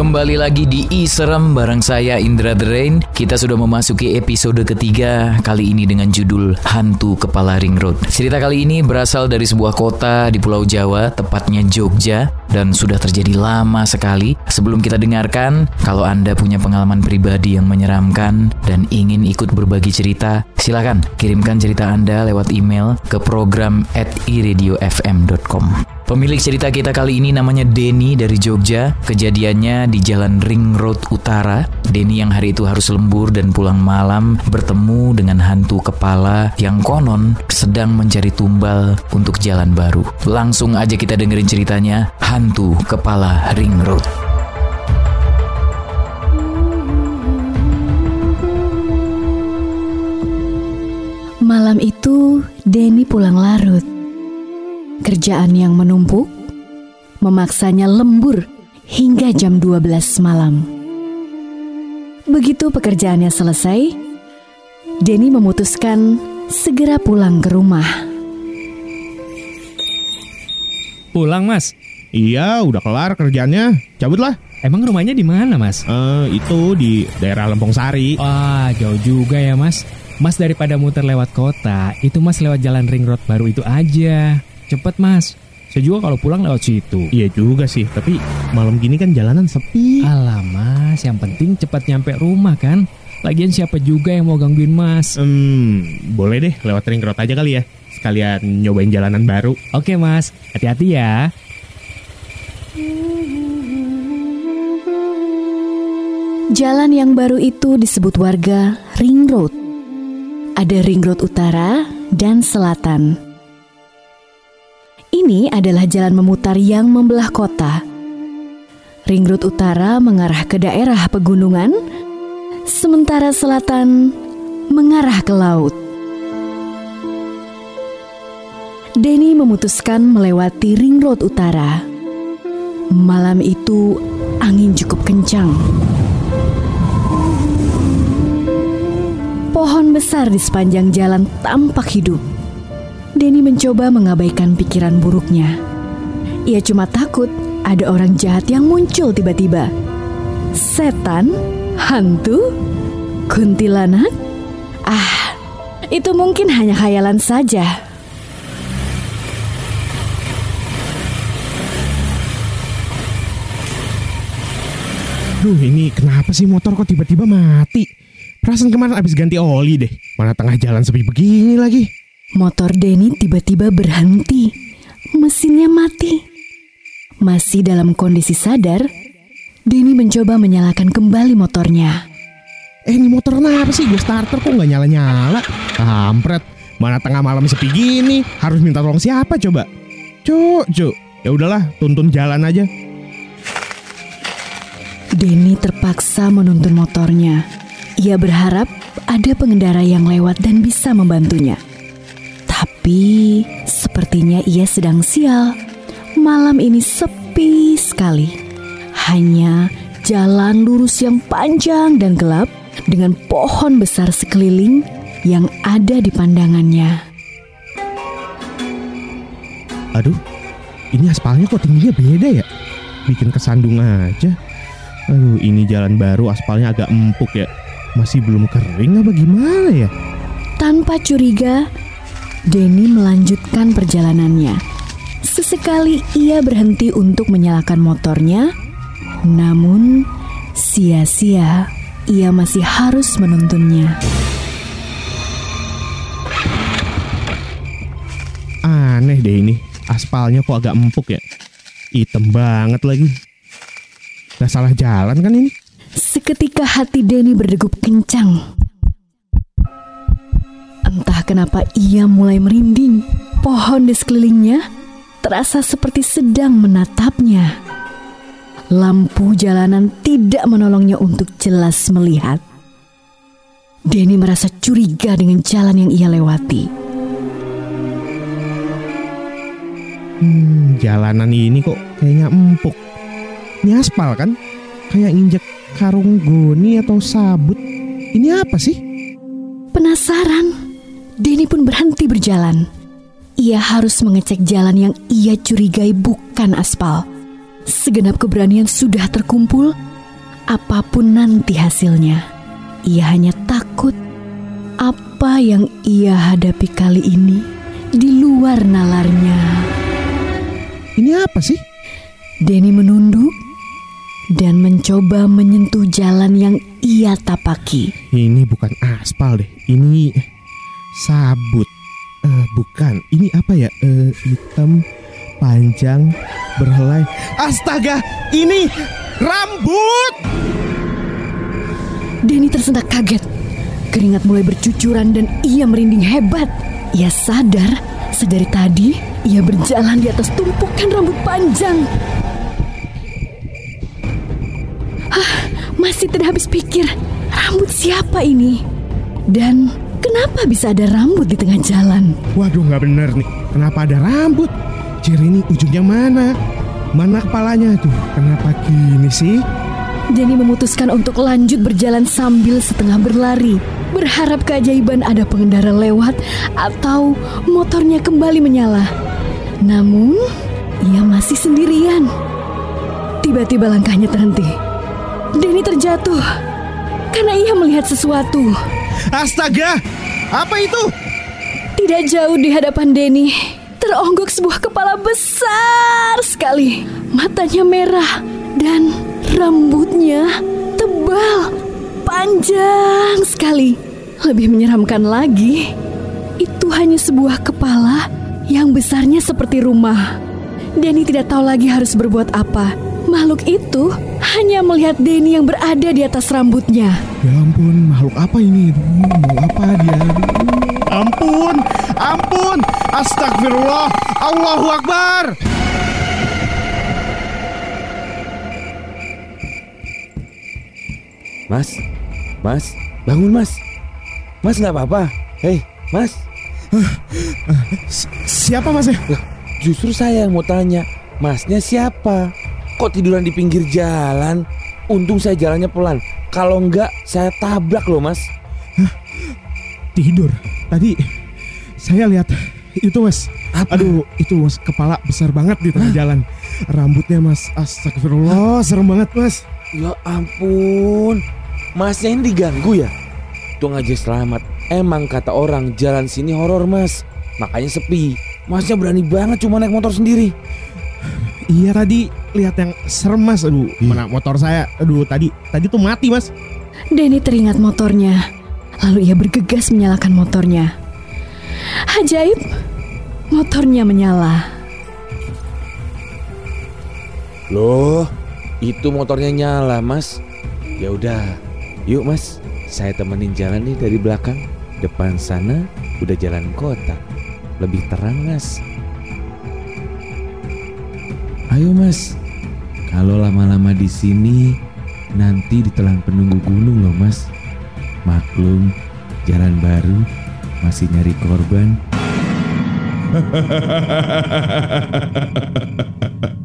Kembali lagi di Serem bareng saya Indra The Rain. Kita sudah memasuki episode ketiga, kali ini dengan judul Hantu Kepala Ring Road. Cerita kali ini berasal dari sebuah kota di Pulau Jawa, tepatnya Jogja, dan sudah terjadi lama sekali. Sebelum kita dengarkan, kalau Anda punya pengalaman pribadi yang menyeramkan dan ingin ikut berbagi cerita, silakan kirimkan cerita Anda lewat email ke program@iradiofm.com. Pemilik cerita kita kali ini namanya Denny dari Jogja. Kejadiannya di Jalan Ring Road Utara. Denny yang hari itu harus lembur dan pulang malam bertemu dengan hantu kepala yang konon sedang mencari tumbal untuk jalan baru. Langsung aja kita dengerin ceritanya, Hantu Kepala Ring Road. Malam itu, Denny pulang larut. Kerjaan yang menumpuk memaksanya lembur hingga jam 12 malam. Begitu pekerjaannya selesai, Denny memutuskan segera pulang ke rumah. Pulang, Mas? Iya, udah kelar kerjaannya. Cabutlah. Emang rumahnya di mana, Mas? Itu di daerah Lempong Sari. Wah, jauh juga ya, Mas. Mas daripada muter lewat kota, itu Mas lewat jalan Ring Road baru itu aja. Cepet, Mas. Saya juga kalau pulang lewat situ. Iya juga sih, tapi malam gini kan jalanan sepi. Alah, Mas, yang penting cepat nyampe rumah kan. Lagian siapa juga yang mau gangguin Mas? Boleh deh lewat Ring Road aja kali ya. Sekalian nyobain jalanan baru. Oke, Mas. Hati-hati ya. Jalan yang baru itu disebut warga Ring Road. Ada Ring Road Utara dan Selatan. Ini adalah jalan memutar yang membelah kota. Ring Road Utara mengarah ke daerah pegunungan, sementara Selatan mengarah ke laut. Denny memutuskan melewati Ring Road Utara. Malam itu angin cukup kencang. Pohon besar di sepanjang jalan tampak hidup. Denny mencoba mengabaikan pikiran buruknya. Ia cuma takut ada orang jahat yang muncul tiba-tiba. Setan? Hantu? Kuntilanak? Itu mungkin hanya khayalan saja. Duh, ini kenapa sih motor kok tiba-tiba mati? Perasaan kemarin abis ganti oli deh. Mana tengah jalan sepi begini lagi. Motor Denny tiba-tiba berhenti. Mesinnya mati. Masih dalam kondisi sadar, Denny mencoba menyalakan kembali motornya. Ini motor kenapa sih? Gue starter kok gak nyala-nyala? Kampret, mana tengah malam sepi gini? Harus minta tolong siapa coba? Cuk. Ya udahlah, tuntun jalan aja. Denny terpaksa menuntun motornya. Ia berharap ada pengendara yang lewat dan bisa membantunya. Tapi sepertinya ia sedang sial. Malam ini sepi sekali. Hanya jalan lurus yang panjang dan gelap dengan pohon besar sekeliling yang ada di pandangannya. Aduh, ini aspalnya kok tingginya beda ya? Bikin kesandung aja. Aduh, ini jalan baru aspalnya agak empuk ya. Masih belum kering apa gimana ya? Tanpa curiga, Denny melanjutkan perjalanannya. Sesekali ia berhenti untuk menyalakan motornya, namun sia-sia, ia masih harus menuntunnya. Aneh deh ini, aspalnya kok agak empuk ya. Hitam banget lagi. Gak salah jalan kan ini? Seketika hati Denny berdegup kencang. Entah kenapa ia mulai merinding. Pohon di sekelilingnya terasa seperti sedang menatapnya. Lampu jalanan tidak menolongnya untuk jelas melihat. Denny merasa curiga dengan jalan yang ia lewati. Jalanan ini kok kayaknya empuk. Ini aspal kan? Kayak nginjek karung goni atau sabut. Ini apa sih? Penasaran, Denny pun berhenti berjalan. Ia harus mengecek jalan yang ia curigai bukan aspal. Segenap keberanian sudah terkumpul, apapun nanti hasilnya. Ia hanya takut apa yang ia hadapi kali ini di luar nalarnya. Ini apa sih? Denny menunduk dan mencoba menyentuh jalan yang ia tapaki. Ini bukan aspal deh. Ini sabut. Bukan. Ini apa ya? Hitam, panjang, berhelai. Astaga, ini rambut! Denny tersentak kaget. Keringat mulai bercucuran dan ia merinding hebat. Ia sadar sedari tadi ia berjalan di atas tumpukan rambut panjang. Masih tidak habis pikir, rambut siapa ini? Dan kenapa bisa ada rambut di tengah jalan? Waduh, nggak bener nih. Kenapa ada rambut? Jerry, ini ujungnya mana? Mana kepalanya tuh? Kenapa gini sih? Denny memutuskan untuk lanjut berjalan sambil setengah berlari, berharap keajaiban ada pengendara lewat atau motornya kembali menyala. Namun, ia masih sendirian. Tiba-tiba langkahnya terhenti. Denny terjatuh karena ia melihat sesuatu. Astaga, apa itu? Tidak jauh di hadapan Denny teronggok sebuah kepala besar sekali. Matanya merah dan rambutnya tebal, panjang sekali. Lebih menyeramkan lagi, itu hanya sebuah kepala yang besarnya seperti rumah. Denny tidak tahu lagi harus berbuat apa. Makhluk itu hanya melihat Denny yang berada di atas rambutnya. Ya ampun, makhluk apa ini? Mau apa dia? Ampun, ampun, astagfirullah, Allahu Akbar. Mas, bangun mas. Mas nggak apa-apa. Hei, mas. Siapa mas ya? Lah, justru saya yang mau tanya. Masnya siapa? Kok tiduran di pinggir jalan? Untung saya jalannya pelan. Kalau enggak, saya tabrak loh mas. Tidur? Tadi saya lihat itu mas. Apa? Aduh, itu mas, kepala besar banget di tengah jalan. Rambutnya mas, astagfirullah, serem banget mas. Ya ampun, masnya ini diganggu ya? Untung aja selamat. Emang kata orang jalan sini horor mas, makanya sepi. Masnya berani banget cuma naik motor sendiri. Iya, tadi lihat yang serem mas. Aduh, mana motor saya? Aduh, tadi tuh mati mas. Denny teringat motornya. Lalu ia bergegas menyalakan motornya. Ajaib, motornya menyala. Loh, itu motornya nyala mas. Ya udah, yuk mas, saya temenin jalan nih dari belakang. Depan sana udah jalan kota, lebih terang mas. Ayo mas, kalau lama-lama di sini nanti ditelan penunggu gunung loh mas. Maklum, jalan baru masih nyari korban.